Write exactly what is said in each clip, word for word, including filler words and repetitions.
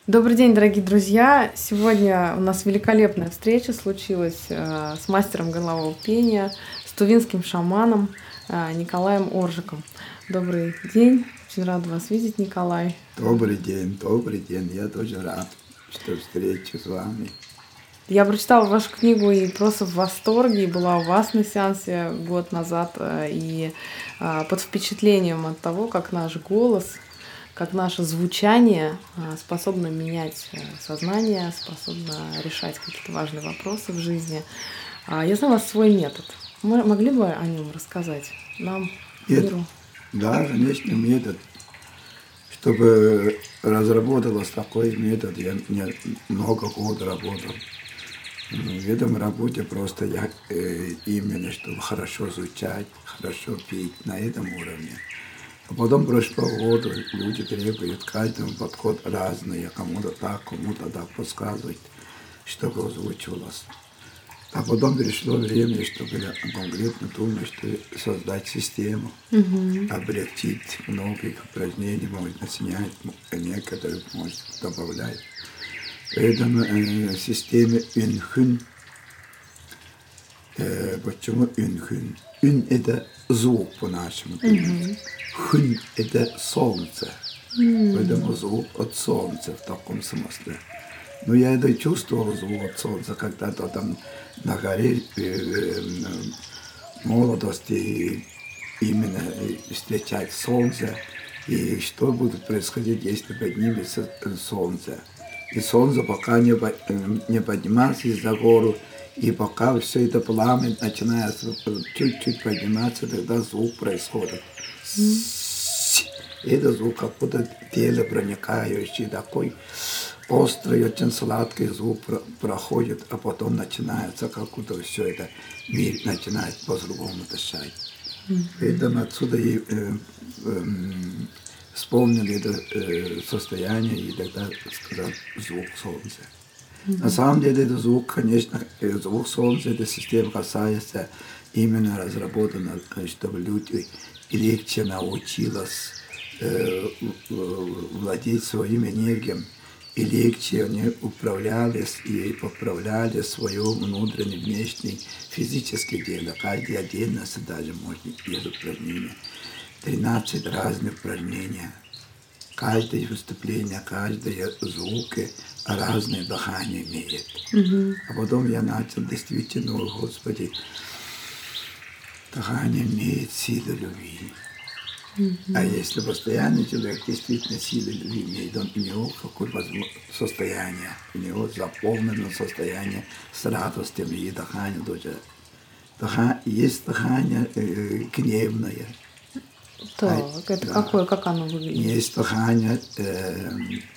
Добрый день, дорогие друзья! Сегодня у нас великолепная встреча случилась э, с мастером горлового пения, с тувинским шаманом э, Николаем Оржиком. Добрый день! Очень рада вас видеть, Николай. Добрый день, добрый день. Я тоже рад, что встречу с вами. Я прочитала вашу книгу и просто в восторге, и была у вас на сеансе год назад, э, и э, под впечатлением от того, как наш голос, как наше звучание э, способно менять э, сознание, способно решать какие-то важные вопросы в жизни. А Я знаю, у вас свой метод. Мы могли бы о нем рассказать нам, Это, миру? да, конечно, метод. Чтобы разработалось такой метод, я не, много год работал. В этом работе просто я э, именно, чтобы хорошо звучать, хорошо петь на этом уровне. А потом прошло годы, люди требуют, каждому подход разный, кому-то так, кому-то так подсказывать, чтобы озвучивалось. А потом пришло время, чтобы конкретно думать, что создать систему, Мгм. облегчить многих упражнений, можно снять, некоторых можно добавлять. Поэтому э, системе Юнхун. Э, почему Юнхун? Юн – это звук по-нашему. Мгм. Хун – это солнце. М. Поэтому звук от солнца в таком смысле. Но я это чувствовал, звук от солнца, когда-то там на горе э, э, молодости именно встречать солнце. И что будет происходить, если поднимется солнце. И солнце пока не, не поднимается из-за гору, и пока все это пламя начинает чуть-чуть подниматься, тогда звук происходит. И это звук как будто тело проникающий, такой острый, очень сладкий звук проходит, а потом начинается, как будто все это мир начинает по-другому дышать. Поэтому отсюда и э, э, вспомнили это э, состояние и тогда сказал звук солнца. Mm-hmm. На самом деле это звук, конечно, звук солнца, эта система касается именно разработана, чтобы люди легче научились э, владеть своим энергией, и легче они управлялись и поправляли свое внутреннее, внешнее, физическое дело. Каждый отдельности даже может есть упражнения. тринадцать разных упражнений. Каждое выступление, каждое звук разное дыхание имеет. Mm-hmm. А потом я начал действительно, Господи, дыхание имеет силу любви. Mm-hmm. А если постоянно человек действительно силы любви имеет, он у него какое-то состояние, у него заполнено состояние с радостью и дыханием тоже. Дыхание, есть дыхание э, гневное. Так, а, это да. Какое, как оно выглядит? Есть дыхание э,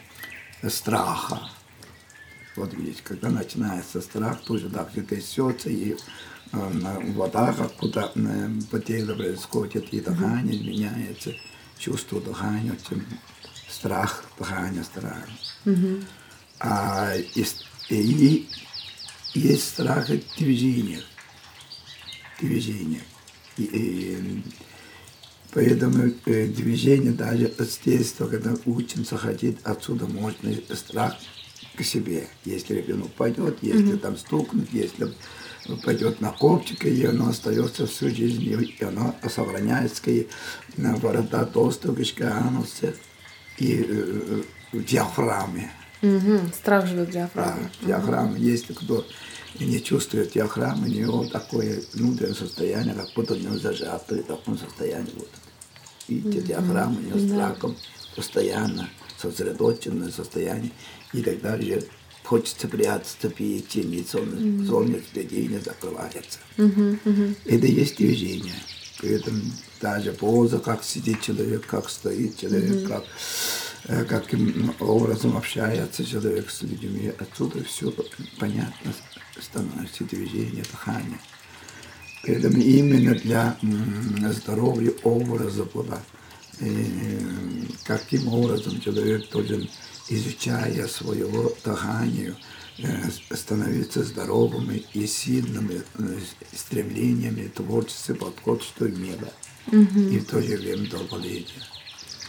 страха. Вот видите, когда начинается страх, тоже так же трясется, и э, вода как будто э, по телу происходит, и дыхание mm-hmm. меняется, чувство дыхания, чем страх, дыхание, страх. Mm-hmm. А и, и есть страх от движения. Движение. И, и, поэтому э, движение даже с детства, когда учимся ходить, отсюда можно страх к себе. Если ребенок пойдет, если mm-hmm. там стукнет, если пойдет на копчик, и оно остается всю жизнь, и оно сохраняется, и ворота толстая, анус, и э, в диафрагме. Mm-hmm. Страх живет в диафрагме. Да, диафрагма. Mm-hmm. Если кто не чувствует диафрагму, у него такое внутреннее состояние, как будто у него зажато, в таком состоянии. Вот. Видите, mm-hmm. диафрагма, у него mm-hmm. страхом постоянно сосредоточенное состояние, и тогда же хочется прятаться, перейти, зоны глядения закрывается. Mm-hmm. Mm-hmm. Это есть движение. Поэтому даже поза, как сидит человек, как стоит человек, mm-hmm. как, э, каким образом общается человек с людьми, отсюда все понятно становится движение, дыхание. Поэтому именно для м, здоровья образа было, э, каким образом человек должен, изучая своего дыхания, э, становиться здоровым и сильными э, стремлениями, творчеством, подход, что имело. Mm-hmm. И в то же время долголетие.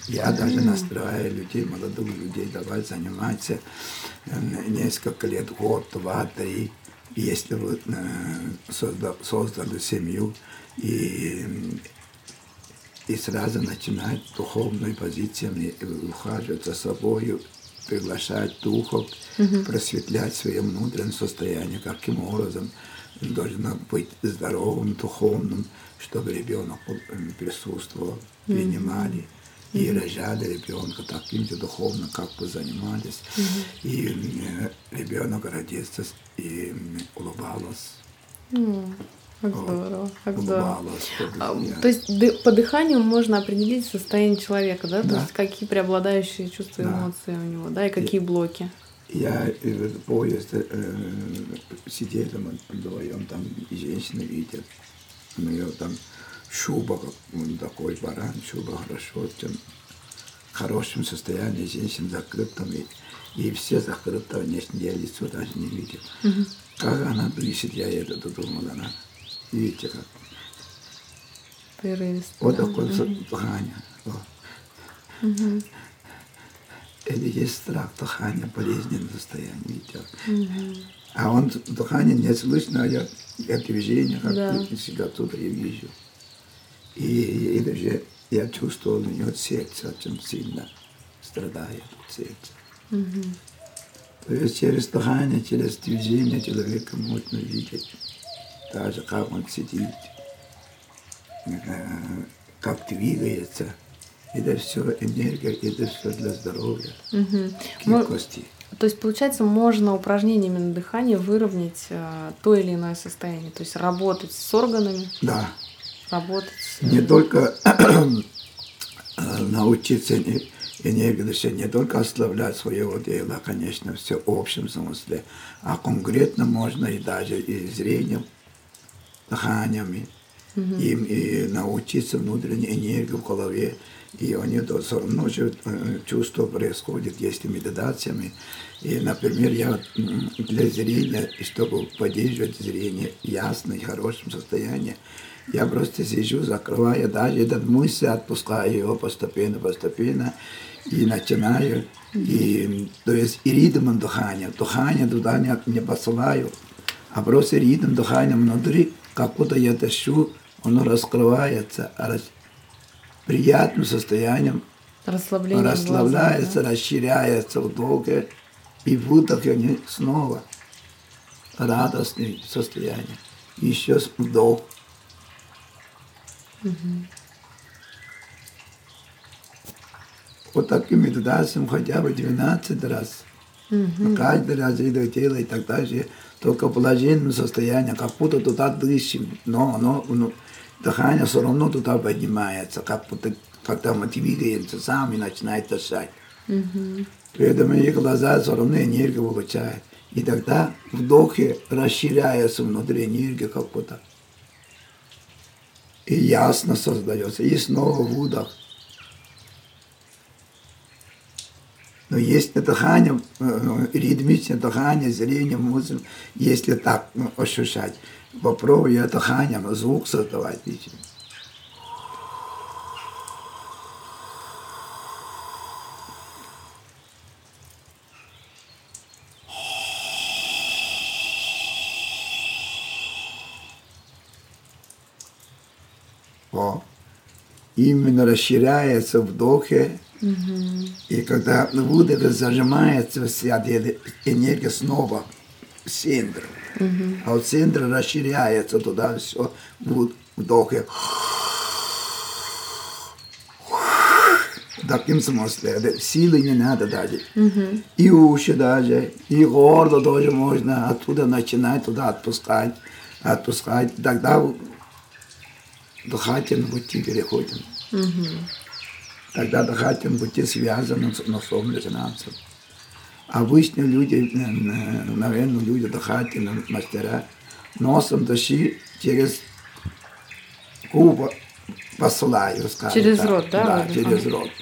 Я даже настраиваю людей, молодых людей, давай заниматься э, несколько лет, год, два, три. Если вы э, созда, создали семью и, и сразу начинать духовной позициями ухаживать за собой, приглашать духов, Мгм. просветлять свое внутреннее состояние, каким образом должно быть здоровым, духовным, чтобы ребенок присутствовал, принимали. И рожали ребенка таким же духовно, как бы занимались. И э, ребенок родился и улыбалась. М, Как Вот. здорово, как здорово. Улыбалась. А, под- я- То есть ды- по дыханию можно определить состояние человека, да? То Да. есть какие преобладающие чувства, Да. эмоции у него, да, и какие блоки. Я э, в поезде э, сидели мы вдвоем, там и женщины видят. У нее там шуба, как он такой баран, шуба хорошо, в хорошем состоянии, женщин закрытыми, и все закрыто, внешнее лицо даже не видят. Как она дышит, я это думала, она, видите, как. Прерывисто. Вот да? такое дыхание. Вот. Или есть страх, дыхание, болезненное состояние, видите. А он, дыхание не слышно, а я, я движение, как Да. всегда оттуда я вижу. И, и даже я чувствовал, у него сердце очень сильно страдает от сердца. То есть через дыхание, через движение человека можно видеть, даже как он сидит, э, как двигается. Это все энергия, это все для здоровья, Мгм. Мо- гибкости. То есть, получается, можно упражнениями на дыхание выровнять э, то или иное состояние. То есть работать с органами, Да. работать с... Не только э, научиться эне- энергию дышать, не только ослаблять своего дела, конечно, все в общем смысле, а конкретно можно и даже и зрением, дыханиями, им и научиться внутренней энергии в голове. И они то все равно же э, чувство происходит, если медитациями. И, например, я м, для зрения, чтобы поддерживать зрение ясно и в хорошем состоянии, я просто сижу, закрываю даже этот мысль, отпускаю его постепенно, постепенно, и начинаю. И, то есть и ритмом дыхания. Дыхание туда не, не посылаю, а просто ритм дыхания внутри, как будто я дышу, оно раскрывается, а рас- приятным состоянием Расслабление в расслабляется, глазах, расширяется вдохе, и в выдохе они снова радостное состояние. Еще вдох. Вот таким медитациям хотя бы двенадцать раз. Но каждый раз это делает тогда же только в блаженном состоянии, как будто туда дышим, но оно, ну, дыхание все равно туда поднимается, как будто когда мы двигаемся сами, начинает дышать. Поэтому их глаза все равно энергию получают. И тогда в вдохе расширяется внутри энергия как будто. И ясно создается. И снова выдох. Но если дыхание, э, ритмичное дыхание, зрение, музыка, если так ну, ощущать, попробуй я дыханием звук создавать. Видите. О, именно расширяется в вдохе, и когда выдох зажимается, вся энергия снова в центр. А от центра расширяется туда все в вдохе. В таком смысле, силы не надо даже. И уши даже, и горло тоже можно оттуда начинать, туда отпускать, отпускать. Тогда дыхательные пути переходим. Тогда дыхательные пути связаны с носом резонансом. Обычно люди, наверное, люди дыхательные мастера, носом дыши через губы посылаю, скажем Через так. рот, да, Да, выдох? через Ага. рот.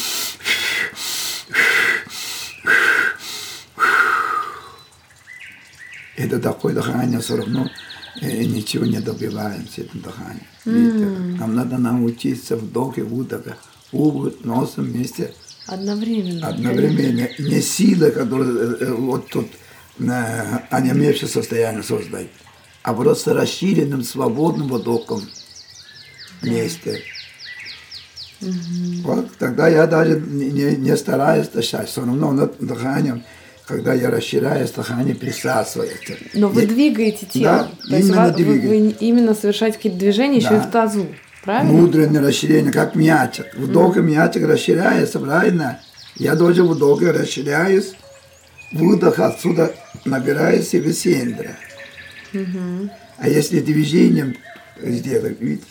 Это такое дыхание все равно э, ничего не добиваемся этим дыханием. Видите, нам надо научиться вдох и выдоха губы, носом вместе. Одновременно. Одновременно. Не сила, которая вот тут онемевшее состояние создает, а просто расширенным, свободным потоком вместе. Угу. Вот тогда я даже не, не стараюсь дышать, все равно над дыханием, когда я расширяюсь, дыхание присасывается. Но вы и, двигаете тело. Да, то есть именно вы, вы, вы именно совершаете какие-то движения, да, еще и в тазу, правильно? Внутреннее расширение, как мячик. Вдох и мячик расширяется, правильно? Я тоже вдох и расширяюсь, выдох отсюда набираю себе центра. Угу. А если движением сделать, видите,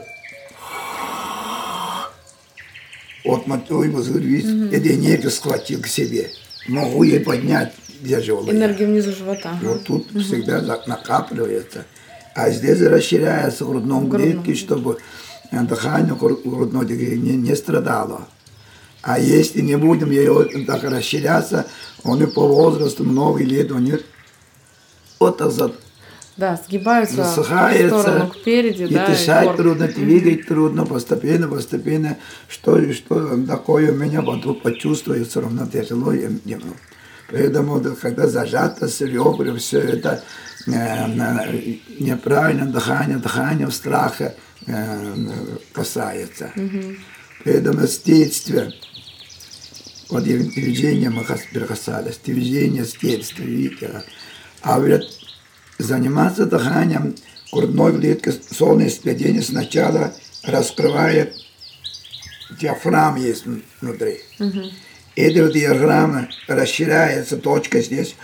вот мотой возле, видите, угу, эту энергию схватил к себе. Могу ей поднять тяжелое. Энергия внизу живота. Вот тут угу всегда накапливается. А здесь расширяется в грудном клетке, чтобы дыхание грудной не, не страдало. А если не будем ее так расширяться, он и по возрасту много лет, он не вот так за, да, сгибаются засыхается, в сторону кпереди, и да, дышать и трудно, двигать трудно, постепенно, постепенно, что и что такое у меня потом почувствует, все равно тяжело ему. Поэтому, когда зажато с ребрами, все это э, неправильное дыхание, дыхание в страхе э, касается. Угу. Поэтому с детства, вот движение мы касались, движение с детства, видите. А говорят, заниматься дыханием грудной клетки, сонное сплетение сначала раскрывает диафрагма есть внутри. Угу. Эта диафрагма расширяется, точка здесь,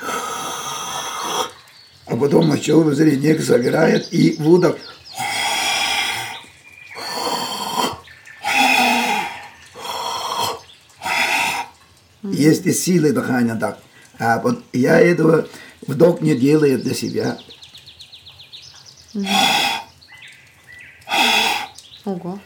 а потом мочевой зрение забирает и выдох. Есть силы дыхания так. А вот я этого вдох не делаю для себя. Ого.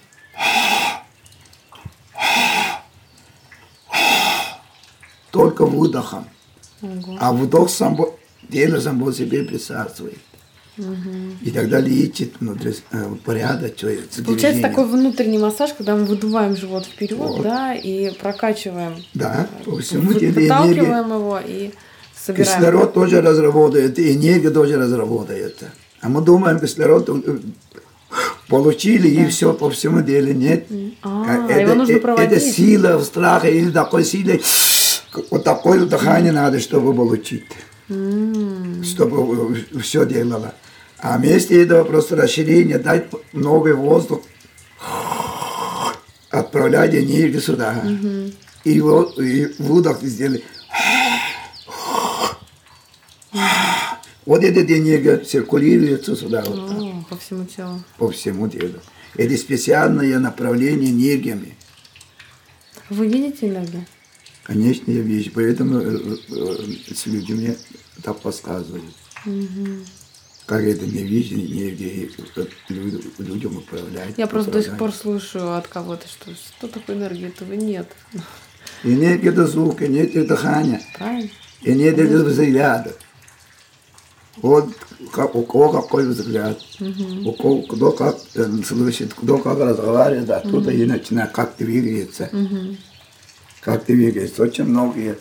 Только выдохом. Ого. А вдох сам дело само себе присасывает. Угу. И тогда лечит внутри э, порядок. Получается движение. Такой внутренний массаж, когда мы выдуваем живот вперед, вот, да, и прокачиваем. Да, по всему телу выталкиваем его и собираем. Кислород тоже разработает, и энергия тоже разработается. А мы думаем, кислород получили, да, и все по всему делу. Нет. А, это, его нужно проводить. Это сила в страхе, или такой силой, вот такое дыхание надо, чтобы получить. Mm. Чтобы все делало. А вместе этого просто расширение, дать новый воздух, отправлять энергию сюда. Mm-hmm. И, и выдох сделать. Mm-hmm. Вот эта энергия циркулируется сюда. Oh, вот так. По всему телу. По всему телу. Это специальное направление энергиями. Вы видите энергию? Конечно, я вижу. Поэтому с людьми так подсказывают. Mm-hmm. Как это не видно, энергия людям управлять. Я просто управлять. До сих пор слушаю от кого-то, что что такое энергия, этого нет. Энергия это звук, энергия дыхания. Правильно. Энергия это взгляда. Вот как, у кого какой взгляд, угу, у кого кто как слышит, кто как разговаривает, оттуда угу и начинает, как двигается. Угу. Как двигается. Очень многие.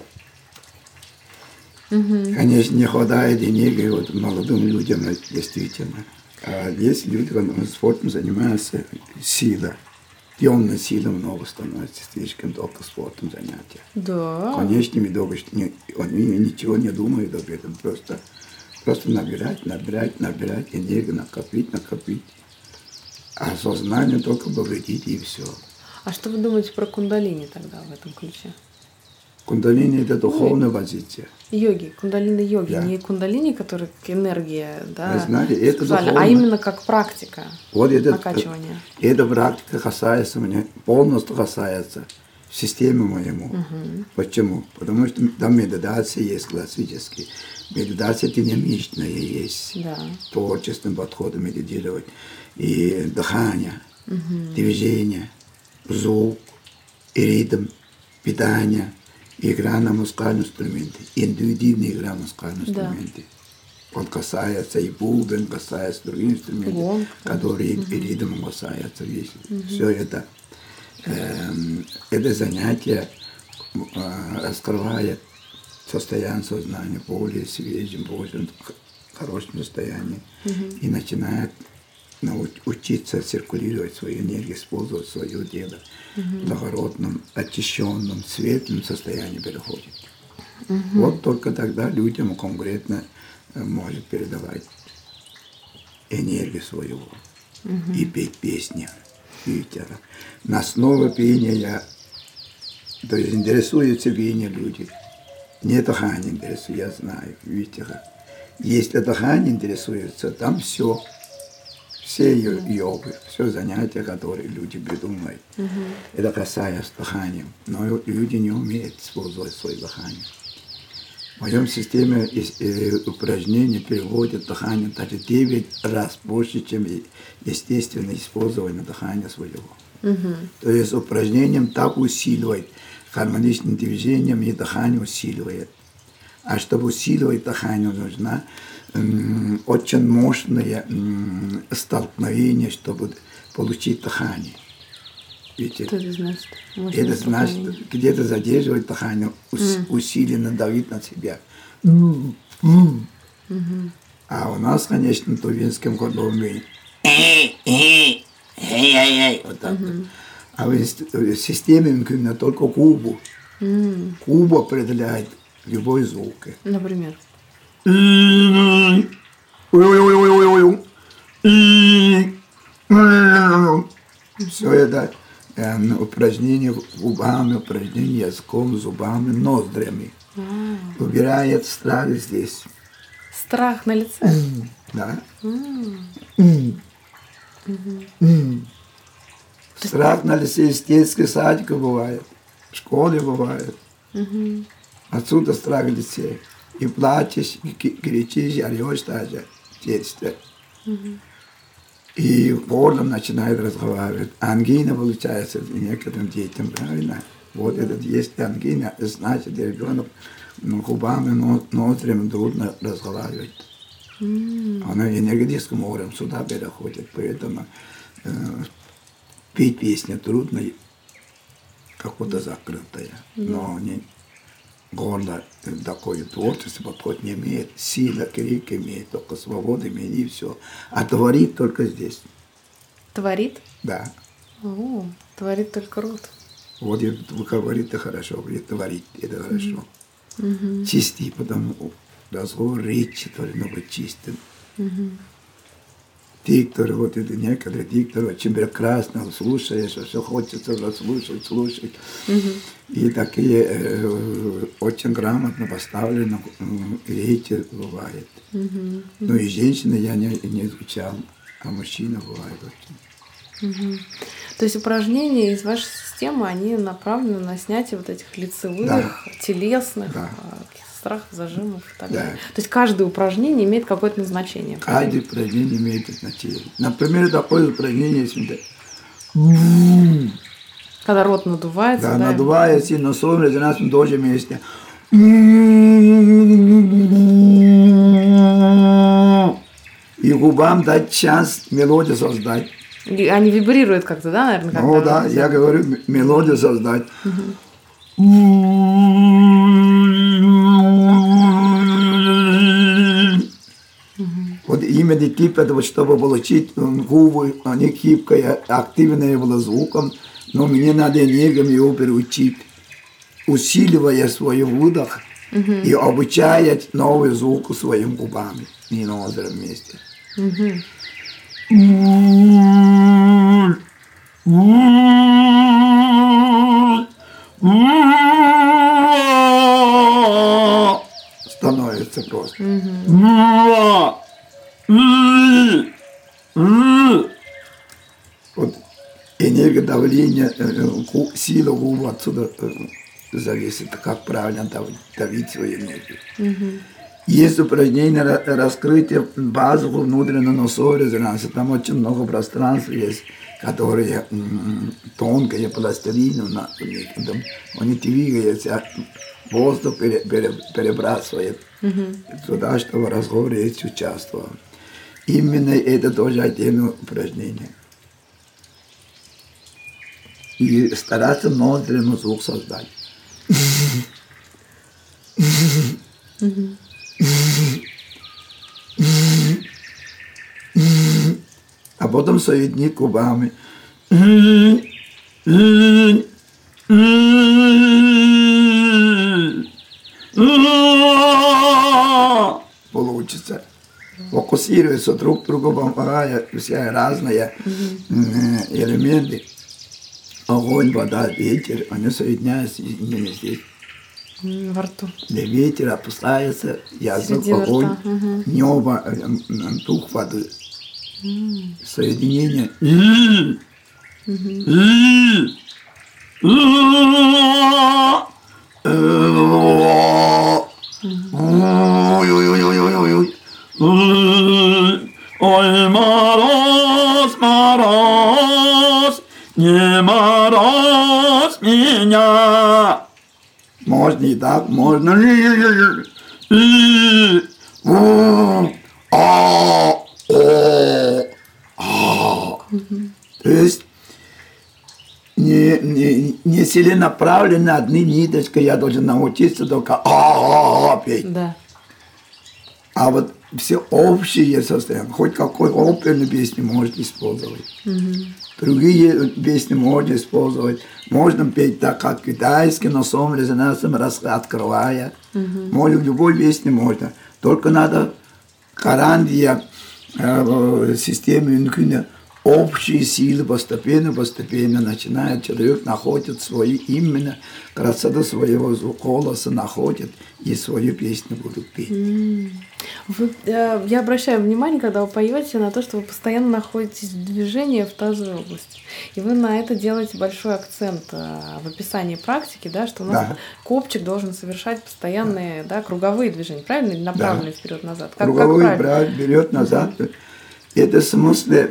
Угу. Конечно, не хватает энергии вот молодым людям, действительно. А есть люди, которые спортом занимаются, сила. Темная сила много становится, слишком только спортом занятия. Да. Конечно, долго, они ничего не думают об этом, просто, просто набирать, набирать, набирать, энергию накопить, накопить. А сознание только победить и все. А что вы думаете про кундалини тогда в этом ключе? Кундалини – это духовная позиция. Йоги, кундалини-йоги, да, не кундалини, который как энергия, да, вы знаете, это духовная, а именно как практика вот это, накачивания. Эта практика касается меня, полностью касается системы моему. Угу. Почему? Потому что там медитация есть классическая. Медитация динамичная есть. Да. Творческим подходом медитировать. И дыхание, угу, движение, звук, и ритм, питание, игра на музыкальном инструменте, интуитивная игра на музыкальном инструменте. Да. Он касается и бубен, касается других инструментов, Гонка. которые угу и ритм касаются. Угу. Все это. Это занятие раскрывает состояние сознания более свежим, более хорошем состоянии mm-hmm. и начинает учиться циркулировать свою энергию, использовать свое дело mm-hmm. в благородном, очищенном, светлом состоянии переходит. Mm-hmm. Вот только тогда людям конкретно может передавать энергию своего mm-hmm. и петь песни. Видите, на основе пения, то есть интересуются пением люди. Не дыхание интересует, я знаю, видите как. Если дыхание интересуется, там все. Все йогы, все занятия, которые люди придумывают, uh-huh. это касается дыхания. Но люди не умеют использовать свое дыхание. В моем системе упражнений переводят дыхание даже девять раз больше, чем естественное использование дыхания своего. Uh-huh. То есть упражнением так усиливает, гармоничным движением и дыхание усиливает. А чтобы усиливать дыхание, нужна очень мощное столкновение, чтобы получить дыхание. Видите? Что это значит? Это значит, где-то задерживать дыхание, mm. усиленно давить на себя. Mm. Mm. Mm-hmm. А у нас, конечно, в тувинском горле вот так mm-hmm. вот. А в системе именно только губу. Mm. Губа определяет любой звук. Например? Все это э, упражнение губами, упражнение языком, зубами, ноздрями. А. Убирает страх здесь. Страх на лице? Да. Страх на лице из детских садиков бывает, в школе бывает. Отсюда страх в лице. И плачешь, и кричишь, и орешь даже в детстве. Uh-huh. И горлом начинает разговаривать. Ангина получается некоторым детям, правильно? Вот uh-huh. это есть ангина, значит, ребенок губами, ноздрями трудно разговаривать. Uh-huh. Оно энергетическим уровнем сюда переходит, поэтому э, петь песни трудно, какое-то закрытое, uh-huh. но не горло такое творчество подход не имеет, сила, крик имеет, только свобода имеет и все. А творит только здесь. Творит? Да. О, творит только рот. Вот вы говорите хорошо, говорит, творит, это хорошо. Mm-hmm. Чистый, потому разговор речи должен быть чистым. Mm-hmm. Диктор, вот это некоторые дикторы очень прекрасно слушаешь, все хочется слушать, слушать. Mm-hmm. И такие э, очень грамотно поставлены э, речи бывает. Mm-hmm. Ну и женщины я не, не изучал, а мужчины бывает очень. Mm-hmm. То есть упражнения из вашей системы, они направлены на снятие вот этих лицевых, да. телесных, да. страхов, зажимов и так да. далее. То есть каждое упражнение имеет какое-то назначение. Каждое упражнение имеет значение. Например, такое упражнение, если когда рот надувается. Да, да, надувается, и носом резонансом тоже вместе. И губам дать шанс мелодию создать. И они вибрируют как-то, да, наверное? Ну да, я говорю, мелодию создать. Угу. Вот именно тип этого, чтобы получить губы, они гибкие, активные было звуком, но мне надо энергией его переучить, усиливая свой выдох uh-huh. и обучая новый звук своим губами и ноздрям вместе. Uh-huh. Становится просто. Uh-huh. Вот энергия давления, сила губ отсюда зависит, как правильно давить свою энергию. Uh-huh. Есть упражнение раскрытия базового внутреннего носового резонанса. Там очень много пространства есть, которые тонкие, пластилины, они двигаются, воздух пере, пере, перебрасывает uh-huh. туда, чтобы разговор есть участвовал. Именно это тоже отдельное упражнение. и стараться ноздрями звук создать. А потом соединить губами. Получится. Фокусируются друг другу, помогая все разные mm-hmm. элементы. Огонь, вода, ветер, они соединяются именно здесь. Mm, во рту. Для ветра опускается язык, огонь, угу. небо, дух воды. Mm. Соединение. Ой, мороз, мороз, не мороз меня. Можно и так, можно. То есть не, не, не целенаправленно одни ниточкой я должен научиться только а петь. Да. А вот все общие состояния, хоть какой оперной песни можно использовать. Угу. Другие песни можно использовать. Можно петь так, как китайский, но сом резонансом открывая. Угу. Можно, любой песни можно. Только надо карандия, э, системе общие силы постепенно, постепенно начинает человек находит свои именно красоту своего голоса находит и свою песню будут петь. Mm. Вы, э, я обращаю внимание, когда вы поете, на то, что вы постоянно находитесь в движении в тазовой области. И вы на это делаете большой акцент э, в описании практики, да, что у нас да. копчик должен совершать постоянные да. Да, круговые движения, правильно? Или направленные да. вперед-назад? Как, круговые вперед-назад. Mm-hmm. Это в смысле,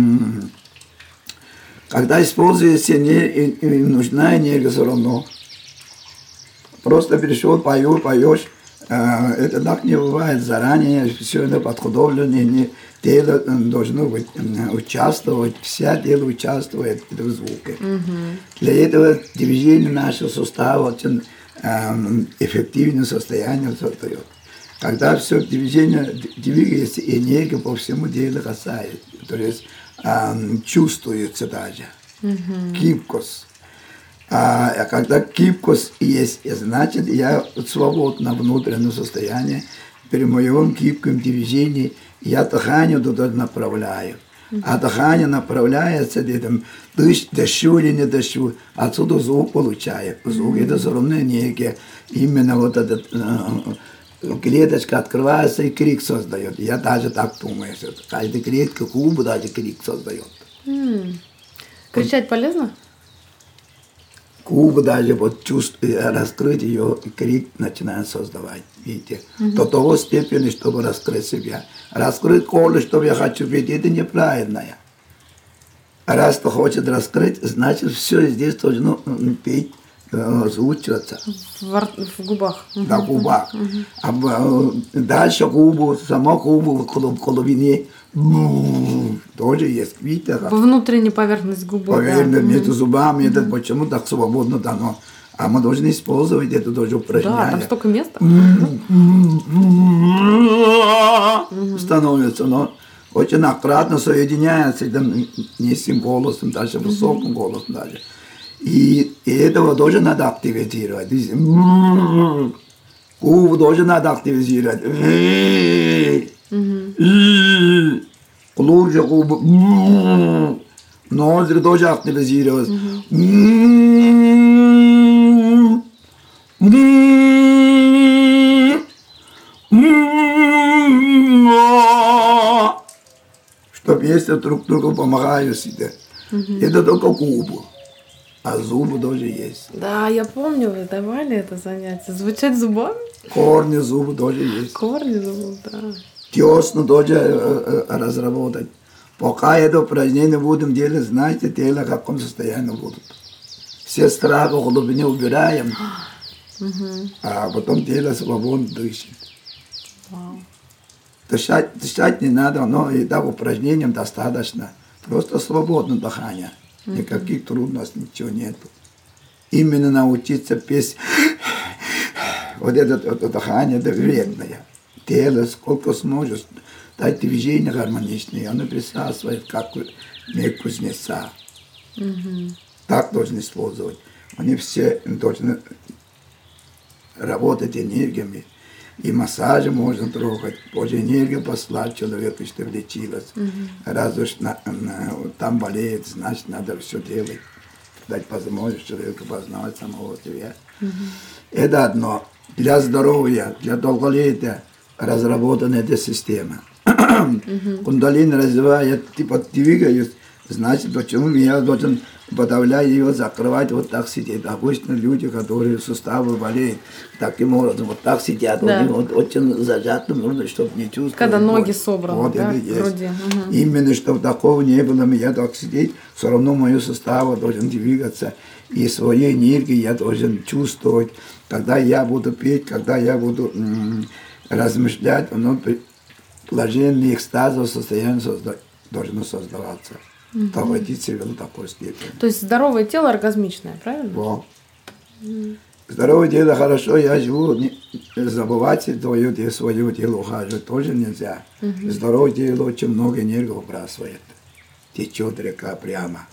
когда используется не, нужна энергия все равно. Просто перешел, пою, поешь. Это так не бывает заранее, все это подготовлено, тело должно быть, участвовать, вся тело участвует в звуке. Mm-hmm. Для этого движение нашего сустава очень эффективное состояние создает. Когда все движение двигается, энергия по всему делу касается, то есть э, чувствуется даже, mm-hmm. гибкость. А, а когда гибкость есть, значит, я свободно внутреннем состоянии, при моем гибком движении, я дыхание туда направляю. Mm-hmm. А дыхание направляется, где-то дышь, дышу или не дышу, отсюда звук получаю. Звук mm-hmm. это все равно энергия, именно вот этот... Э, клеточка открывается и крик создает. Я даже так думаю, что каждая клетка губы даже крик создает. Mm. Кричать вот. Полезно? Губы даже вот чувство, раскрыть ее, и крик начинает создавать. Видите? Mm-hmm. До того степени, чтобы раскрыть себя. Раскрыть колы, чтобы я хочу петь, это неправильно. Раз кто хочет раскрыть, значит все здесь должно петь. Озвучиваться. В, в губах. Да, в губах. Uh-huh. А дальше губу, сама губу в половине тоже есть. Видите? Во внутренней поверхности губы. Поверхность да. между uh-huh. зубами, uh-huh. это почему так свободно дано. А мы должны использовать это тоже упражнение. Да, там столько места. Uh-huh. Становится, но очень аккуратно соединяется низким голосом, даже высоким uh-huh. голосом даже. И, и этого тоже надо активизировать. Губы тоже надо активизировать. Mm-hmm. Глубже губы. Ноздри тоже активизировать. Mm-hmm. Mm-hmm. Чтобы если друг другу помогают себе. Mm-hmm. Это только губы. А зубы тоже есть. Да, я помню, вы давали это занятие. Звучать зубами? Корни зубы тоже есть. Корни зубов, да. Десна тоже э, э, разработать. Пока это упражнение будем делать, знаете, тело в каком состоянии будут. Все страхи в глубине убираем, а потом тело свободно дышит. Вау. Дышать, дышать не надо, но и так упражнением достаточно. Просто свободное дыхание. Никаких трудностей, ничего нету. Именно научиться петь вот это вот, дыхание, это вредное. Тело сколько сможешь, дать движение гармоничное, оно присутствует, как мех кузнеца. Угу. Так должны использовать. Они все должны работать энергиями. И массажи можно трогать, Божья энергия послать человеку, чтобы лечилось. Угу. Раз уж на, на, там болеет, значит, надо все делать. Дать возможность человеку познавать самого себя. Угу. Это одно. Для здоровья, для долголетия разработана эта система. Угу. Кундалини развивает, типа двигаюсь, значит, почему я должен подавлять ее, закрывать, вот так сидеть. Обычно люди, которые суставы болеют, таким образом вот так сидят, да. они вот очень зажаты, нужно, чтобы не чувствовать. Когда ноги боль. собраны, вот да, это есть. вроде. Угу. Именно, чтобы такого не было, я так сидеть, все равно мои суставы должен двигаться, и свою энергию я должен чувствовать. Когда я буду петь, когда я буду м- размышлять, оно блаженный экстазовое состояние созда- должно создаваться. Угу. Доводить себя до такой степени. То есть здоровое тело оргазмичное, правильно? Во. Угу. Здоровое тело хорошо, я живу, не, забывать свое, свое тело ухаживать тоже нельзя. Угу. Здоровое тело очень много энергии выбрасывает. Течет река прямо.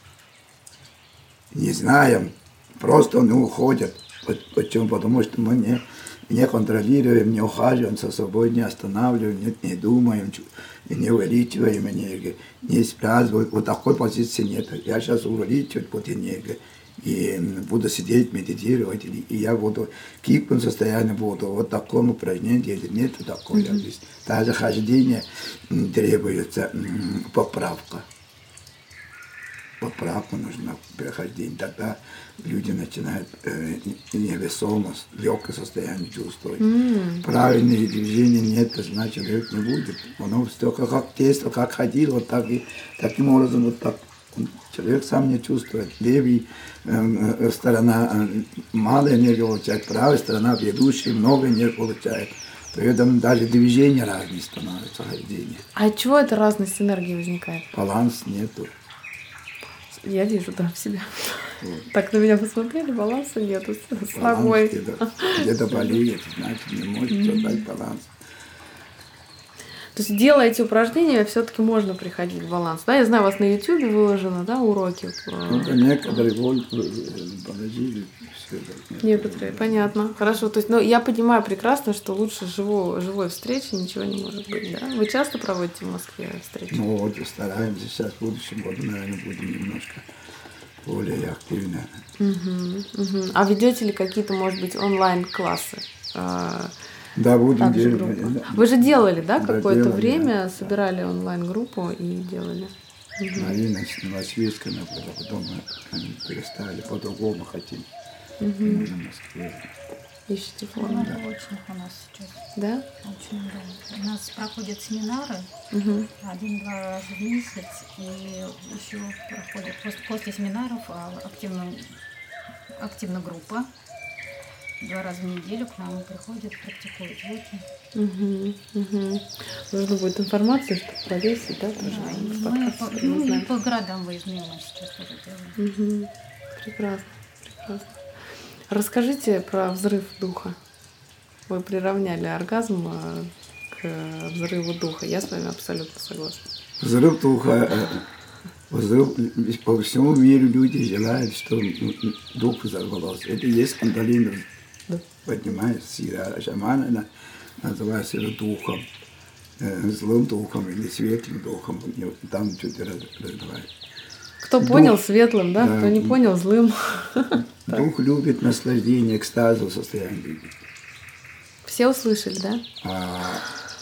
Не знаем, просто он уходит. Почему? Потому что мы не, не контролируем, не ухаживаем за собой, не останавливаем, не, не думаем, не увеличиваем энергию, не связываем. Вот такой позиции нет. Я сейчас увеличиваю вот энергию и буду сидеть, медитировать, и я буду в гибком состоянии буду. Вот таком упражнении нет такого. Mm-hmm. Даже хождение требуется поправка. Поправка нужна при хождении. Тогда люди начинают э, невесомость, легкое состояние чувствовать. Mm. Правильные движения нет, значит, человек не будет. Оно только как тесто, как ходил, вот так и таким образом вот так. Человек сам не чувствует. Левая э, сторона э, мало энергии получает, правая сторона ведущая много энергии получает. Поэтому даже движения разные становятся, хождение. А от чего эта разность энергии возникает? Баланс нету. Я вижу, да, в себя. Вот. Так на меня посмотрели, баланса нету с баланс ногой. Где-то, где-то болеет, значит, не может создать mm-hmm. баланс. То есть, делая эти упражнения, все-таки можно приходить в баланс. Да, я знаю, у вас на ютубе выложено, да, уроки. Ну, да, некоторые положили, все это. Некоторые, понятно. Хорошо. То есть, ну, я понимаю прекрасно, что лучше живой, живой встречи ничего не может быть, да? Вы часто проводите в Москве встречи? Ну, вот стараемся. Сейчас в будущем году, наверное, будем немножко более активно. Угу, угу. А ведете ли какие-то, может быть, онлайн-классы? Да, будем делать. Вы же делали, да, да какое-то делали, время, да, собирали да. онлайн-группу и делали? Угу. Марина с Новосибирска, например, потом мы перестали, по-другому хотим. Угу. Мы на Москве. Ищите форму. Да. Очень у нас сейчас. Да? Очень много. У нас проходят семинары угу. один-два раза в месяц, и еще проходят после, после семинаров активно, активно группа. Два раза в неделю к нам приходят, практикуют звуки. Угу, угу. Нужно будет информацию, чтобы повесить, да, тоже. Да, мы по, ну, и по городам выездные мы сейчас тоже делаем. Угу. Прекрасно, прекрасно. Расскажите про взрыв духа. Вы приравняли оргазм к взрыву духа. Я с вами абсолютно согласна. Взрыв духа, взрыв, по всему миру люди желают, что дух взорвался. Это и есть кундалини. Да. Поднимается сила шамана, называется это духом, э, злым духом или светлым духом. Там что-то раздавает. Кто дух, понял, светлым, да? да? Кто не понял, злым. Дух любит наслаждение, экстаза, состояние. Все услышали, да? А,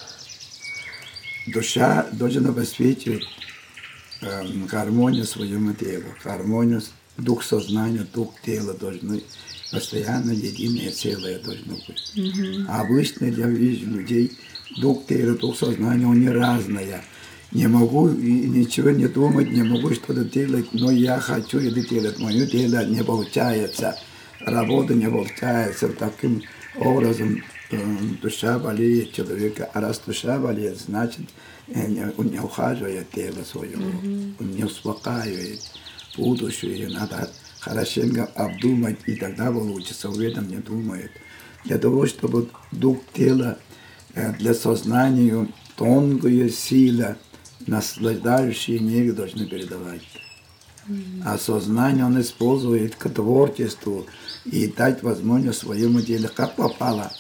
душа должна обеспечивать э, гармонию своему телу, гармонию, дух сознания, дух тела должны постоянно единое целое должно быть. Mm-hmm. А обычно я вижу людей, дух тела, дух сознания, они разные. Не могу и ничего не думать, не могу что-то делать, но я хочу это делать. Мое дело не получается, работа не получается. Таким образом э, душа болеет человека. А раз душа болеет, значит, он не ухаживает тело свое, mm-hmm. он не успокаивает. будущее, надо хорошенько обдумать, и тогда получится, в этом не думает. Для того, чтобы дух тела, для сознания тонкая сила, наслаждающая энергию должны передавать. А сознание он использует к творчеству и дать возможность своему делу, как попало,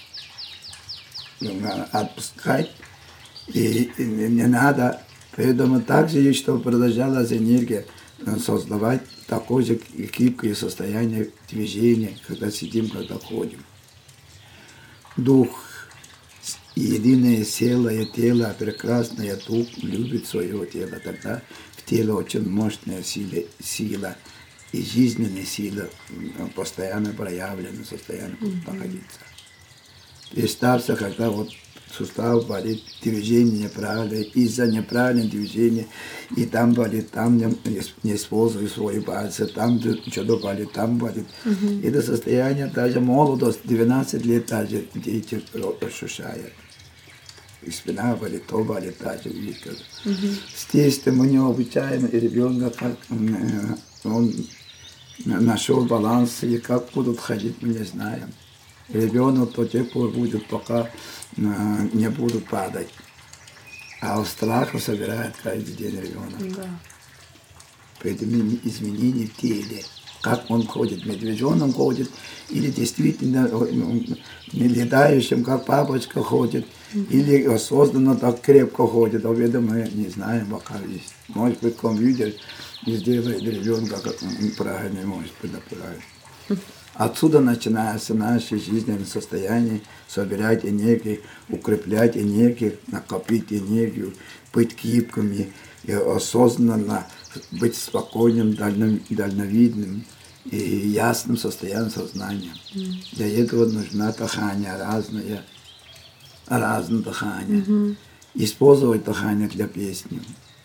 отпускать. И, и не надо, поэтому также, чтобы продолжалась энергия, создавать такое же гибкое состояние движения, когда сидим, когда ходим. Дух, единое целое тело, прекрасное дух любит свое тело, тогда в теле очень мощная сила, сила и жизненная сила постоянно проявлена, постоянно будет находиться. Представься, когда вот сустав болит, движение неправильное, из-за неправильного движения, и там болит, там не, не используй свои пальцы, там что-то болит, там болит. Uh-huh. Это состояние даже молодость, двенадцать лет даже дети ощущают. И спина болит, то болит даже. Uh-huh. Здесь мы не обучаем ребенка, как он нашел баланс, и как будут ходить, мы не знаем. Ребенок до тех пор будет, пока не будут падать. А страх собирает каждый день ребенок. Да. Поэтому изменения в теле. Как он ходит, медвежонок ходит, или действительно летающим, как бабочка ходит, mm-hmm. или осознанно так крепко ходит. Об этом мы не знаем пока есть. Может быть, компьютер сделает ребенка, как правильно, может быть, правильно. Отсюда начинается наше жизненное состояние, собирать энергию, укреплять энергию, накопить энергию, быть гибкими, и осознанно быть спокойным, дальновидным и ясным состоянием сознания. Mm. Для этого нужна дыхание разное, разное дыхание. Mm-hmm. Использовать дыхание для песни.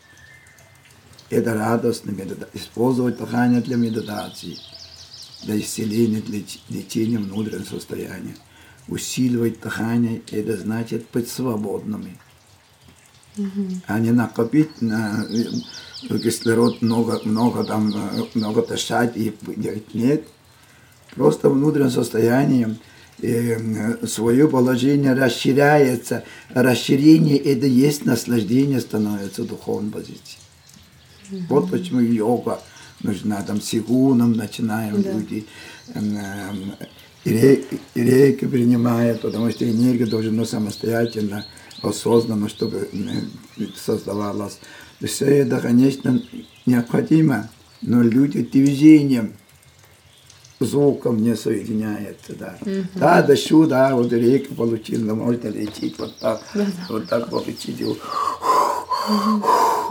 Это радостно, использовать дыхание для медитации. Для исцеления, для лечения внутреннего состояния. Усиливать дыхание, это значит быть свободными. Mm-hmm. А не накопить на кислород много, много, там, много дышать и делать. Нет. Просто внутреннее состояние, э, свое положение расширяется. Расширение это есть наслаждение, становится духовной позицией. Mm-hmm. Вот почему йога нужна, там сигуном начинаем, да. Люди, э, э, рейки принимают, потому что энергия должна самостоятельно, осознанно, чтобы э, создавалась. Все это, конечно, необходимо, но люди движением, звуком не соединяются. Да, угу. Да, дышу, да, вот рейки получил, но можно лечить вот так, да. Вот так получить его. Угу.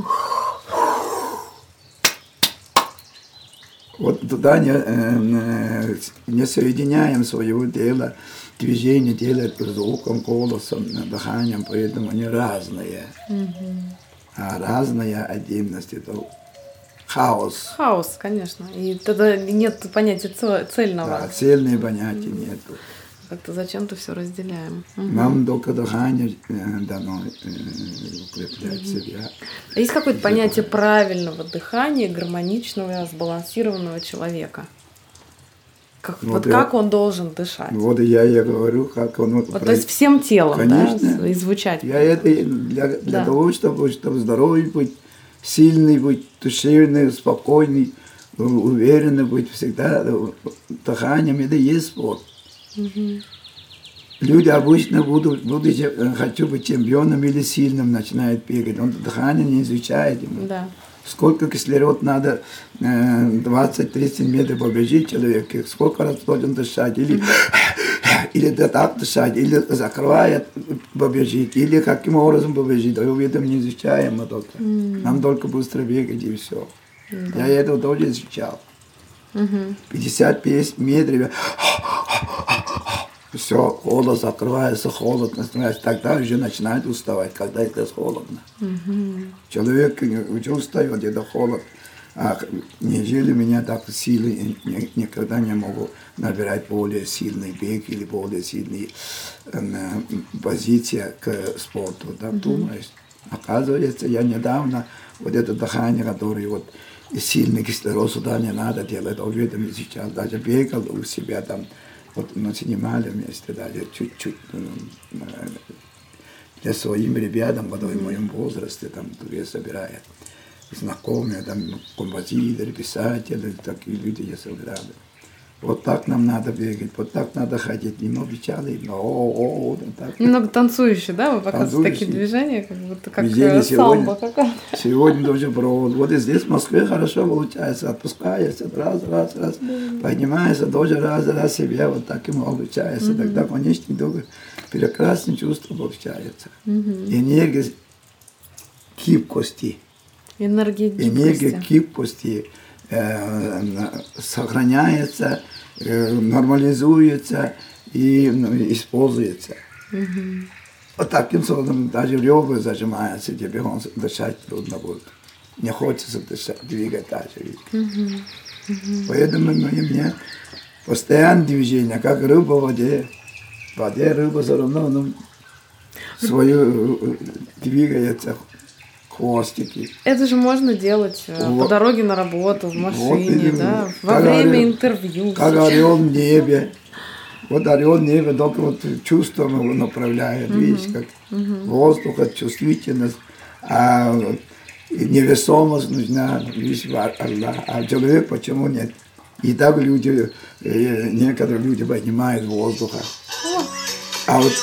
Вот туда не, э, не соединяем своего тела, движение делает звуком, голосом, дыханием, поэтому они разные. Mm-hmm. А разная отдельность это хаос. Хаос, конечно. И тогда нет понятия цельного. Да, цельные понятия mm-hmm. нету. Как-то зачем-то все разделяем. Угу. Нам только дыхание дано э, укреплять угу. себя. А есть какое-то понятие правильного дыхания, гармоничного, сбалансированного человека? Как, вот вот я, как он должен дышать? Вот я и говорю, как он... Вот, про... То есть всем телом, конечно, да, и звучать. Я это для, для да. того, чтобы, чтобы здоровый быть, сильный быть, душевный, спокойный, уверенный быть всегда. Дыханием это и есть спорт. Угу. Люди обычно будут, будучи, хочу быть чемпионом или сильным, начинают бегать. Он дыхание не изучает ему. Да. Сколько кислород надо, двадцать-тридцать метров побежит человек, сколько раз должен дышать, или, mm-hmm. или так дышать, или закрывает, побежит, или каким образом побежит. Мы этом не изучаем, мы только. Mm-hmm. Нам только быстро бегать и все. Mm-hmm. Я этого тоже изучал. Mm-hmm. пятьдесят метров. Все, голос закрывается, холодно становится. Тогда уже начинает уставать, когда это холодно. Mm-hmm. Человек уже устает, это холод. А неужели меня так силы никогда не могу набирать более сильный бег или более сильная э, позиция к спорту. Так mm-hmm. думаешь? Оказывается, я недавно вот это дыхание, которое вот и сильный кислород сюда не надо делать. А уверен, сейчас даже бегал у себя там, вот мы снимали вместе, даже чуть-чуть для своим ребятам, которые в моем возрасте, там, я собираю. Знакомые, там, композиторы, писатели, такие люди я собирали. Вот так нам надо бегать, вот так надо ходить. Немного печали, но о, о, так. Немного танцующие, да? Вы показываете такие движения, как будто как Движение самбо. Сегодня, сегодня тоже провод. Вот и здесь в Москве хорошо получается. Отпускаешься, раз, раз, раз. Mm-hmm. Поднимаешься, тоже раз, раз себе. Вот так ему получается. Mm-hmm. Тогда, конечно, долго прекрасное чувство получается. Mm-hmm. Энергия гибкости. Энергия гибкости. Энергия гибкости э, сохраняется, э, нормализуется и ну, используется. Mm-hmm. Вот таким образом даже ребра зажимаются, тебе он дышать трудно будет. Не хочется дышать, двигать даже. Mm-hmm. Mm-hmm. Поэтому ну, мне постоянное движение, как рыба в воде. В воде рыба все равно ну, свою двигается. Хвостики. Это же можно делать вот. По дороге на работу, в машине, вот, да, во время орел, интервью. Как орел в небе. Вот орел в небе только вот чувством его направляет, uh-huh. видишь, как uh-huh. воздух, чувствительность, а невесомость нужна, видишь, орла. А человек почему нет? И так люди, некоторые люди поднимают воздуха. Uh-huh. А вот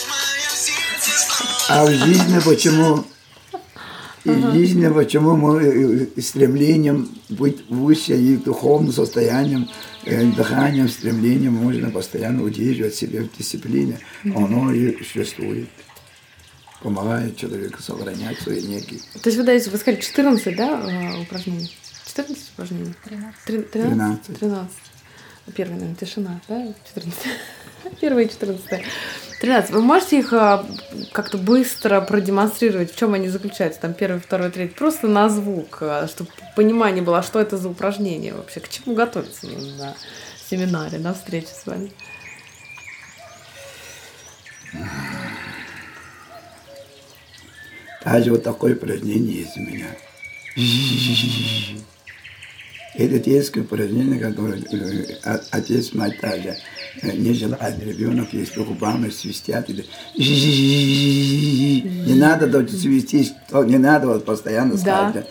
а в жизни почему? И uh-huh. жизнь, почему мы стремлением быть выше и духовным состоянием, дыханием, стремлением можно постоянно удерживать себя в дисциплине, uh-huh. оно и существует. Помогает человеку сохранять свои энергии. То есть вы даете, вы сказали, четырнадцать, да, упражнений? четырнадцать упражнений? тринадцать. тринадцать. тринадцать. Первый, наверное, тишина, да? четырнадцать. Первые четырнадцать. тринадцать. Вы можете их а, как-то быстро продемонстрировать, в чем они заключаются? Там первый, второй, третий. Просто на звук, а, чтобы понимание было, что это за упражнение вообще. К чему готовиться на семинаре, на встрече с вами? Даже вот такое упражнение есть у меня. Это детское упражнение, которое отец, мать также не желает. Ребенок, если губами свистят, или не надо даже свистеть, не надо вот постоянно сказать.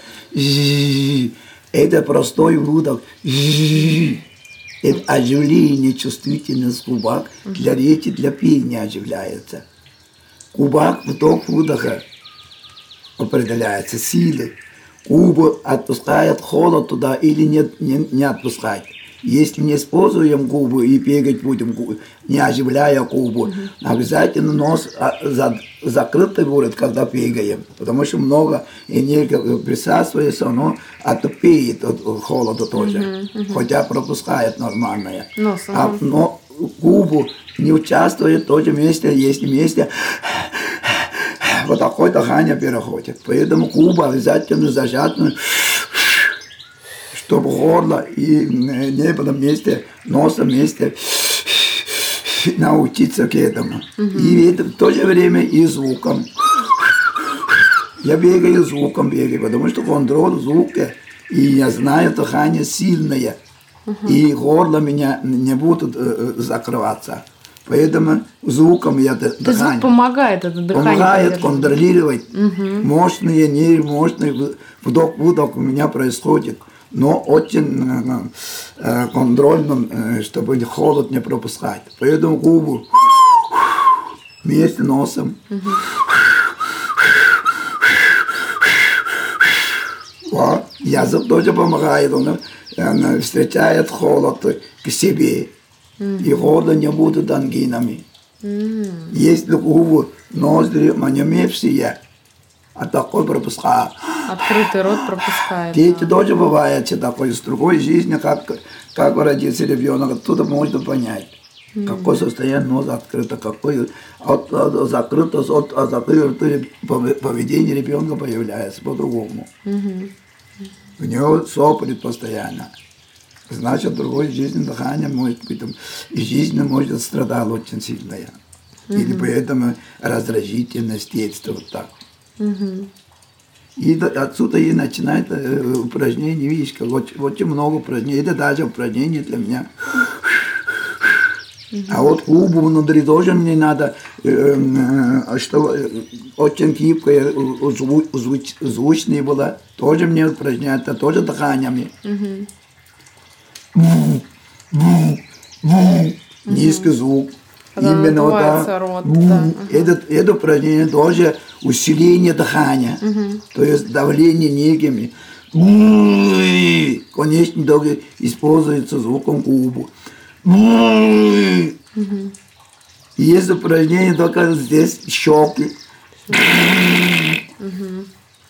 Это простой выдох. Это оживление, чувствительность губах для речи, для пения оживляется. Губах вдох выдоха определяется силой. Губы отпускает холод туда или не, не, не отпускает. Если не используем губы и бегать будем, не оживляя губы, uh-huh. обязательно нос за, закрытый будет, когда бегаем. Потому что много энергии присутствует, оно отупеет от холода тоже. Uh-huh, uh-huh. Хотя пропускает нормальное. Нос, uh-huh. а, но губы не участвуют в том же месте, если месте вот такое дыхание переходит. Поэтому губы обязательно зажаты, чтобы горло и не было вместе, носа вместе научиться к этому. Uh-huh. И это в то же время и звуком. Я бегаю звуком, бегаю, потому что контроль звука, и я знаю, дыхание сильное, uh-huh. и горло меня не будет э, закрываться. Поэтому звуком я дыхание. То звук помогает это дыхание. Помогает контролировать. Угу. Мощные, не мощные вдох-выдох у меня происходит. Но очень э, контрольно, э, чтобы холод не пропускать. Поэтому губы вместе носом. Угу. Вот. Язык тоже помогает. Он, он встречает холод к себе. Mm-hmm. И горло не будет ангинами. Mm-hmm. Если губы, ноздри, манемевшие, а такой пропускает. Открытый рот пропускает. Дети да. тоже бывают такой, с другой жизни, как, как родится ребенок, оттуда можно понять. Mm-hmm. Какое состояние носа открыто, какое от, от, закрыто, от, от закрытого поведение ребенка появляется по-другому. Mm-hmm. У него сопрет постоянно. Значит, другой жизнь дыхания может быть, и жизнь может страдать очень сильная. Mm-hmm. Или поэтому раздражительность, детство, вот так. Mm-hmm. И отсюда и начинает упражнение, видишь, вот, очень много упражнений. Это даже упражнение для меня. А вот губу внутри тоже мне надо, чтобы очень гибкая, звуч, звучная была. Тоже мне упражнять, это тоже дыханиями. Низкий звук. Когда именно вот, рот, да. Да. Это, это упражнение тоже усиление дыхания, Угу. то есть давление нервами. Конечно, даже используется звуком губы. Угу. Есть упражнение только здесь щеки. Угу.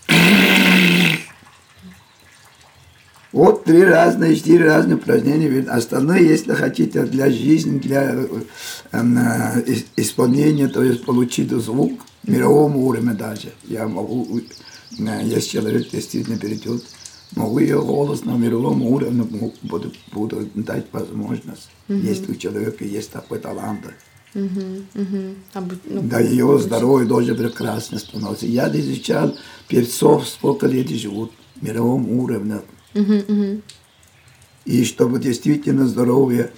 Вот три разные, четыре разные упражнения. Остальное, если хотите, для жизни, для э, исполнения, то есть получить звук мирового уровня даже. Я могу, если человек действительно перейдет, могу ее голос на мировом уровне, буду, буду дать возможность, mm-hmm. если у человека есть такой талант. Mm-hmm. Mm-hmm. А, ну, да, ее здоровье тоже прекрасно становится. Я изучал перцов, сколько лет живут на мировом уровне. Uh-huh, uh-huh. И чтобы действительно здоровье,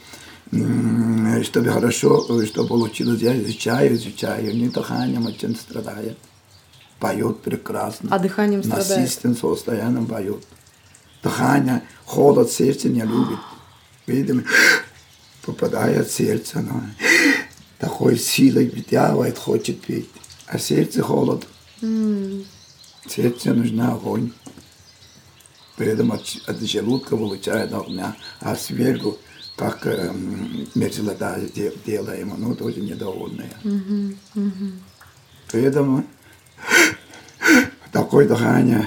чтобы хорошо, чтобы получилось, я изучаю, изучаю, не дыханием очень страдает, поет прекрасно. А дыханием страдает? Насильственно, постоянно поет. Дыхание, холод, сердце не любит. Видимо, попадает в сердце, но такой силой вытягивает, хочет пить. А сердце холод. Mm. Сердце нужна огонь. Поэтому от, от желудка получает огня, а сверху, как э, мерзлота делаем, оно тоже недовольное. Uh-huh, uh-huh. Поэтому такое дыхание,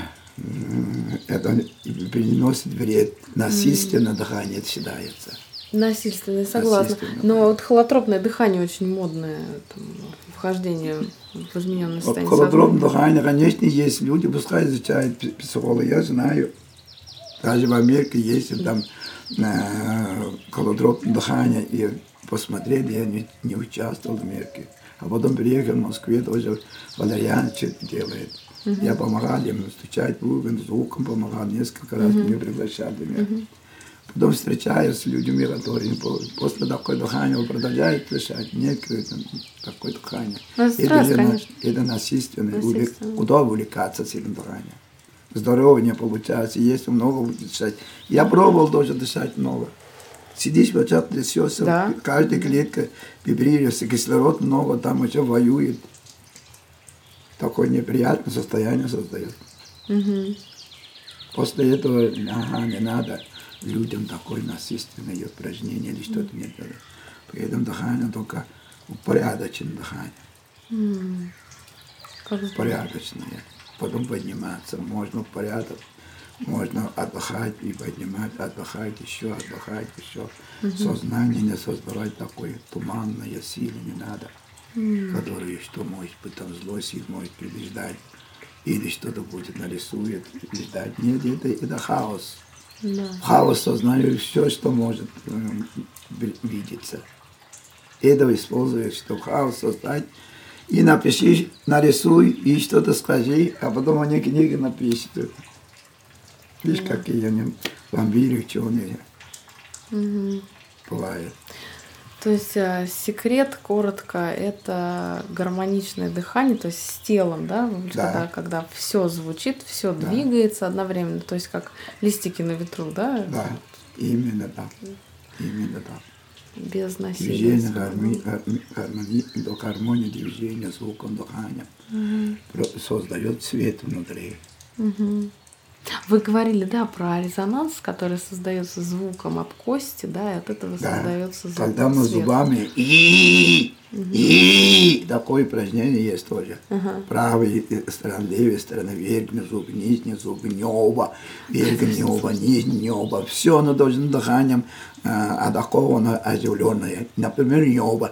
это приносит вред. Насильственное uh-huh. дыхание считается. Насильственное, согласна. Но вот холотропное дыхание очень модное, там, вхождение в измененное состояние. Вот холотропное дыхание, конечно, есть люди, пускай изучают психологи, я знаю. Даже в Америке есть там э, холотропное дыхание, и посмотрели, я не, не участвовал в Америке. А потом приехал в Москве, тоже Валерьян что-то делает. Uh-huh. Я помогал ему стучать бубен, звуком помогал, несколько раз uh-huh. меня приглашали. Uh-huh. Потом встречаюсь с людьми, которые после такой дыхания продолжают дышать. Нет, такое дыхание. Это, стресс, это, это насильственное. насильственное. Куда увлекаться с этим дыханием? Здоровье не получается, есть много дышать. Я пробовал тоже дышать много. Сидишь в очаг, трясешься, да. Каждая клетка вибрируется, кислород много, там еще воюет. Такое неприятное состояние создает. Угу. После этого, ага, не надо людям такое насильственное упражнение или что-то не делать. Поэтому дыхание только упорядоченное дыхание. Mm. Порядочное. Потом подниматься, можно в порядок, можно отдыхать и поднимать, отдыхать еще, отдыхать еще. Mm-hmm. Сознание не создавать такое туманное силы не надо, mm-hmm. которые что может быть там злой сил может побеждать, или что-то будет нарисует, побеждать. Нет, это, это хаос. Yeah. Хаос сознание все, что может э, видеться. Это использует, чтобы хаос создать. И напиши, нарисуй, и что-то скажи, а потом они книги напишут. Видишь, mm. какие они вампиры, ученые mm-hmm. бывают. То есть секрет, коротко, это гармоничное дыхание, то есть с телом, да? Да. Когда, когда все звучит, все да. двигается одновременно, то есть как листики на ветру, да? Да, именно так, именно так. Без насилия. Движение, гармония, гармония, до гармонии движения, звуком, дыханием угу. создает свет внутри. Угу. Вы говорили, да, про резонанс, который создается звуком об кости, да, и от этого да. создается звук. Когда мы свет. Зубами и угу. и такое упражнение есть тоже. Угу. Правая сторона, левая сторона, верхний зуб, нижний зуб, небо, верхний небо, нижний небо. Все оно должно дыханием атаковано, оживленное. Например, небо.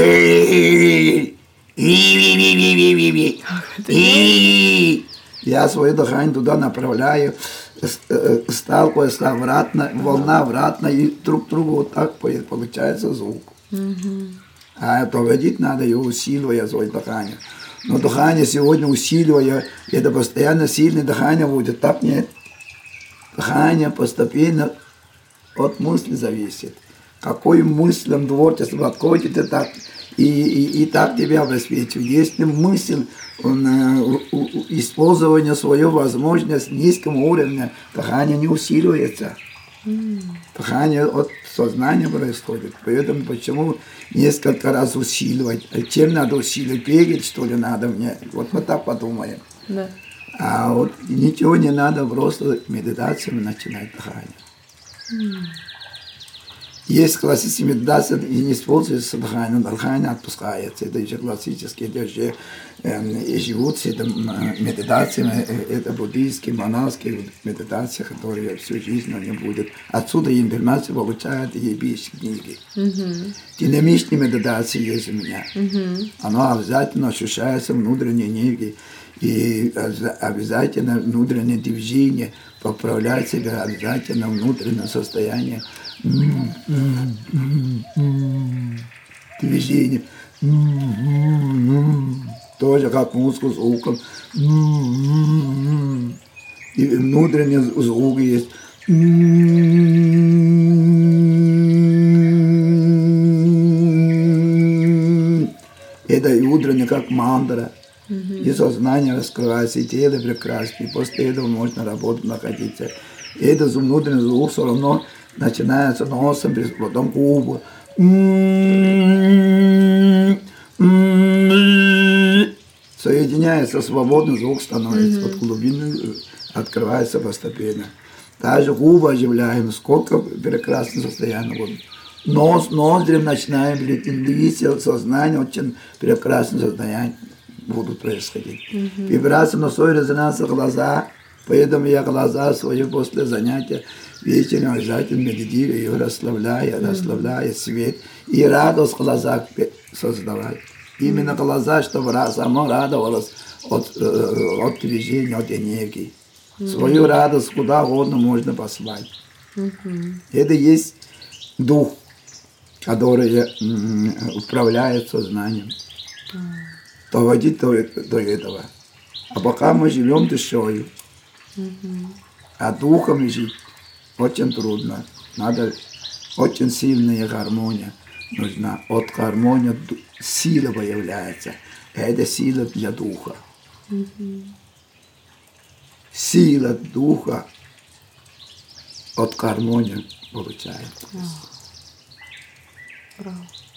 Я свое дыхание туда направляю, сталкиваюсь обратно, волна обратно, и друг другу вот так получается звук. А проводить надо ее, усиливая свое дыхание. Но дыхание сегодня усиливая, это постоянно сильное дыхание будет. Так нет. Дыхание постепенно от мысли зависит. Какой мыслям творчество подходит, и так, и, и, и так тебя обеспечивает. Если мысль, он, у, у, использование своей возможности низком уровне, дыхание не усиливается. Mm. Дыхание от сознания происходит. Поэтому почему несколько раз усиливать? Чем надо усиливать? Бегать, что ли, надо мне? Вот мы так подумаем. Да. А вот ничего не надо, просто медитацию начинать дыхание. Mm. Есть классическая медитация, и не используется дыхание, дыхание отпускается. Это еще классические, это уже э, живут с этим медитациями, это буддийские, монашеские медитации, которые всю жизнь они будут. Отсюда информацию получают и пишут книги. Mm-hmm. Динамичные медитации есть у меня. Mm-hmm. Оно обязательно ощущается внутренней энергией. И обязательно внутреннее движение, поправлять себя, обязательно внутреннее состояние. Движение. Тоже как музыку звуком. И внутренний звук есть. Это и утренне как мантра. Mm-hmm. И сознание раскрывается, и тело прекрасно, и после этого можно работать, находиться. И это внутренний звук все равно начинается носом, потом губы. Соединяется, свободный звук становится, mm-hmm. от глубины открывается постепенно. Даже губы оживляем, сколько прекрасного состояния будет. Нос, ноздрем начинаем, интуиция, сознание, очень прекрасное состояние будут происходить. Mm-hmm. Вибрация носой, резонанса глаза, поэтому я глаза свои после занятия вечером обязательно медитирую, расслабляя, mm-hmm. расслабляя свет и радость в глазах создавать. Mm-hmm. Именно глаза, чтобы само радовалось от, от движения, от энергии. Mm-hmm. Свою радость куда угодно можно послать. Mm-hmm. Это есть дух, который м- управляет сознанием. Mm-hmm. Доводить до, до этого. А пока мы живем душою, mm-hmm. а духом жить очень трудно. Надо очень сильная гармония нужна. От гармонии сила появляется. Это сила для духа. Mm-hmm. Сила духа от гармонии получается. Oh.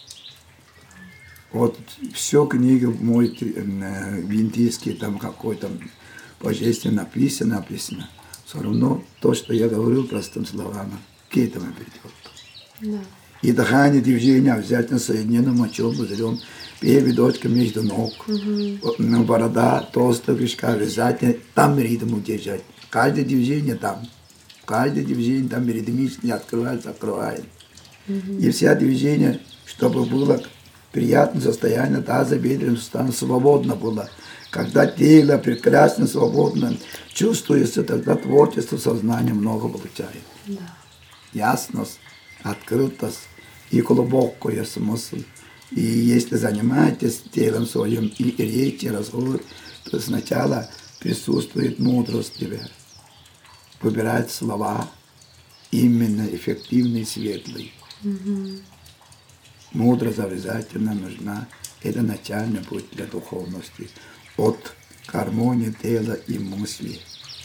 Вот все книги мой винтийские, там какой-то божественно написано, написано. Все равно то, что я говорил простым словами, к этому придет. Да. И дыхание, движение обязательно соединено мочом, пузырем, переведочка между ног, угу. борода, толстая кишка обязательно там ритм удержать. Каждое движение там. Каждое движение там ритмично открывается, открывает. Угу. И все движения, чтобы было приятное состояние таза, бедренного сустава, свободно было. Когда тело прекрасно, свободно чувствуется, тогда творчество сознания много получает. Да. Ясность, открытость и глубокий смысл. И если занимаетесь телом своим и речи, разговор, то сначала присутствует мудрость тебя. Выбирать слова именно эффективные, светлые. Угу. Мудрость обязательно нужна. Это начальный путь для духовности. От гармонии тела и мысли.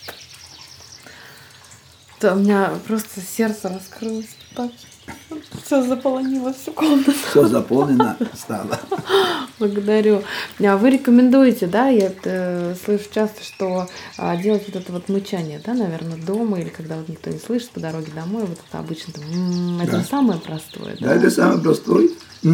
Да, у меня просто сердце раскрылось. Так. Все заполонило всю комнату. Все заполнено стало. Благодарю. А вы рекомендуете, да, я это слышу часто, что а, делать вот это вот мычание, да, наверное, дома, или когда вот никто не слышит по дороге домой, вот это обычно там, м-м, это да. самое простое, да? Да, это самое простое.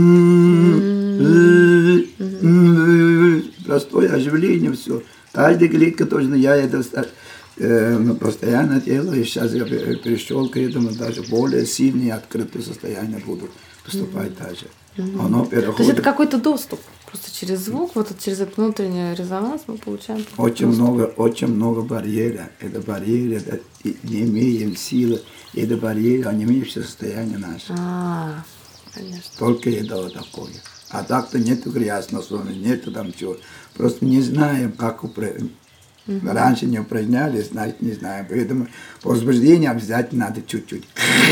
Простое оживление, все. Каждая клетка точно, я это э, постоянно делаю, сейчас я перешел к этому, даже более сильные открытые состояния будут поступать mm-hmm. даже. Mm-hmm. Оно переходит. То есть это какой-то доступ, просто через звук, вот через этот внутренний резонанс мы получаем. Очень доступ. много, очень много барьеров. Это барьеры, это не имеем силы, это барьеры, а не имеющие состояние наше. А, конечно. Только это вот такое. А так-то нету грязного сон, нету там чего. Просто не знаем, как упражнять. Uh-huh. Раньше не упражнялись, значит не знаем. Поэтому по возбуждению обязательно надо чуть-чуть.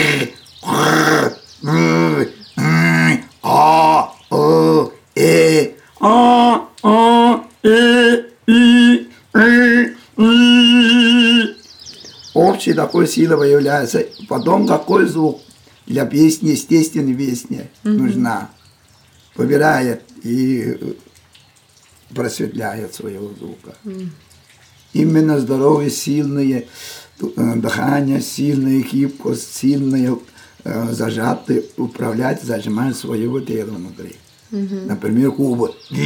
Общей такой силой выявляется. Потом какой звук для песни, естественной песни uh-huh. нужна. Выбирает и просветляет своего звука. Uh-huh. Именно здоровые, сильные, дыхание, сильная гибкость, сильные, э, зажатые, управлять, зажимать своего тела внутри. Uh-huh. Например, губы.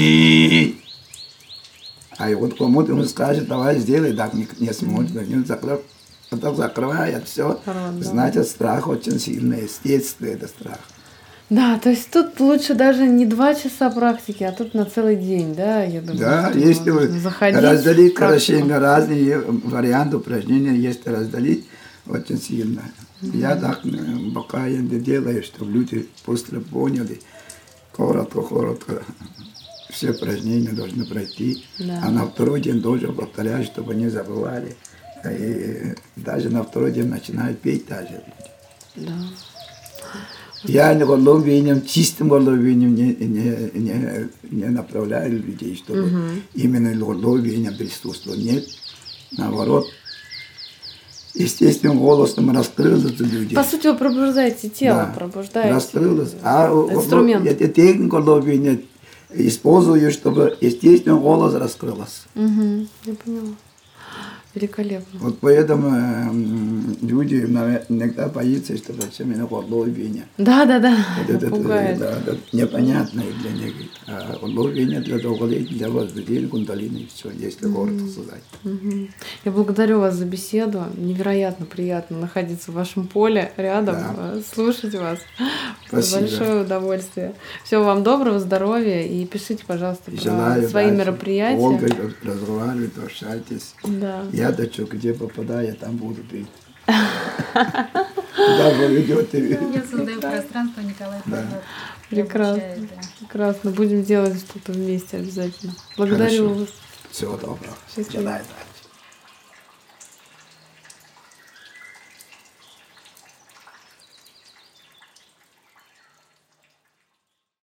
А вот кому-то он скажет, давай сделай, так не, не сможет, не закрывает, а так закрывает, все. Uh-huh. Значит, страх очень сильный, естественный это страх. Да, то есть тут лучше даже не два часа практики, а тут на целый день, да, я думаю. Да, если вы разделить хорошенько разные варианты упражнений, если разделить очень сильно. Mm-hmm. Я так пока я не делаю, чтобы люди быстро поняли, коротко-коротко все упражнения должны пройти, да. А на второй день должен повторять, чтобы не забывали. И даже на второй день начинают петь даже. Да. Я горловием, чистым горловием не, не, не, не направляю людей, чтобы uh-huh. именно горловием присутствовало. Нет, наоборот, естественным голосом раскрылось люди. По сути, вы пробуждаете тело, да, пробуждаете раскрылось. А инструмент. Эти технику горловием использую, чтобы естественный голос раскрылся. Uh-huh. Я поняла. Великолепно. Вот поэтому э, люди иногда боятся, что зачем именно горловиение. Да, да, да. Вот это, пугает. Да, это непонятно для них. А горловиение для долголетия, для возбуждения кундалини, и все, если коротко сказать. Mm-hmm. Я благодарю вас за беседу. Невероятно приятно находиться в вашем поле рядом, да. Слушать вас. Спасибо. Большое удовольствие. Всего вам доброго, здоровья и пишите, пожалуйста, про Желаю, свои дальше. мероприятия. Ольгой разговаривайте, общайтесь. Да. Я дочу, где попадаю, там буду пить. Куда вы идете? Я создаю пространство, Николай Павлов. Прекрасно. Прекрасно. Будем делать что-то вместе обязательно. Благодарю вас. Всего доброго. Счастливо.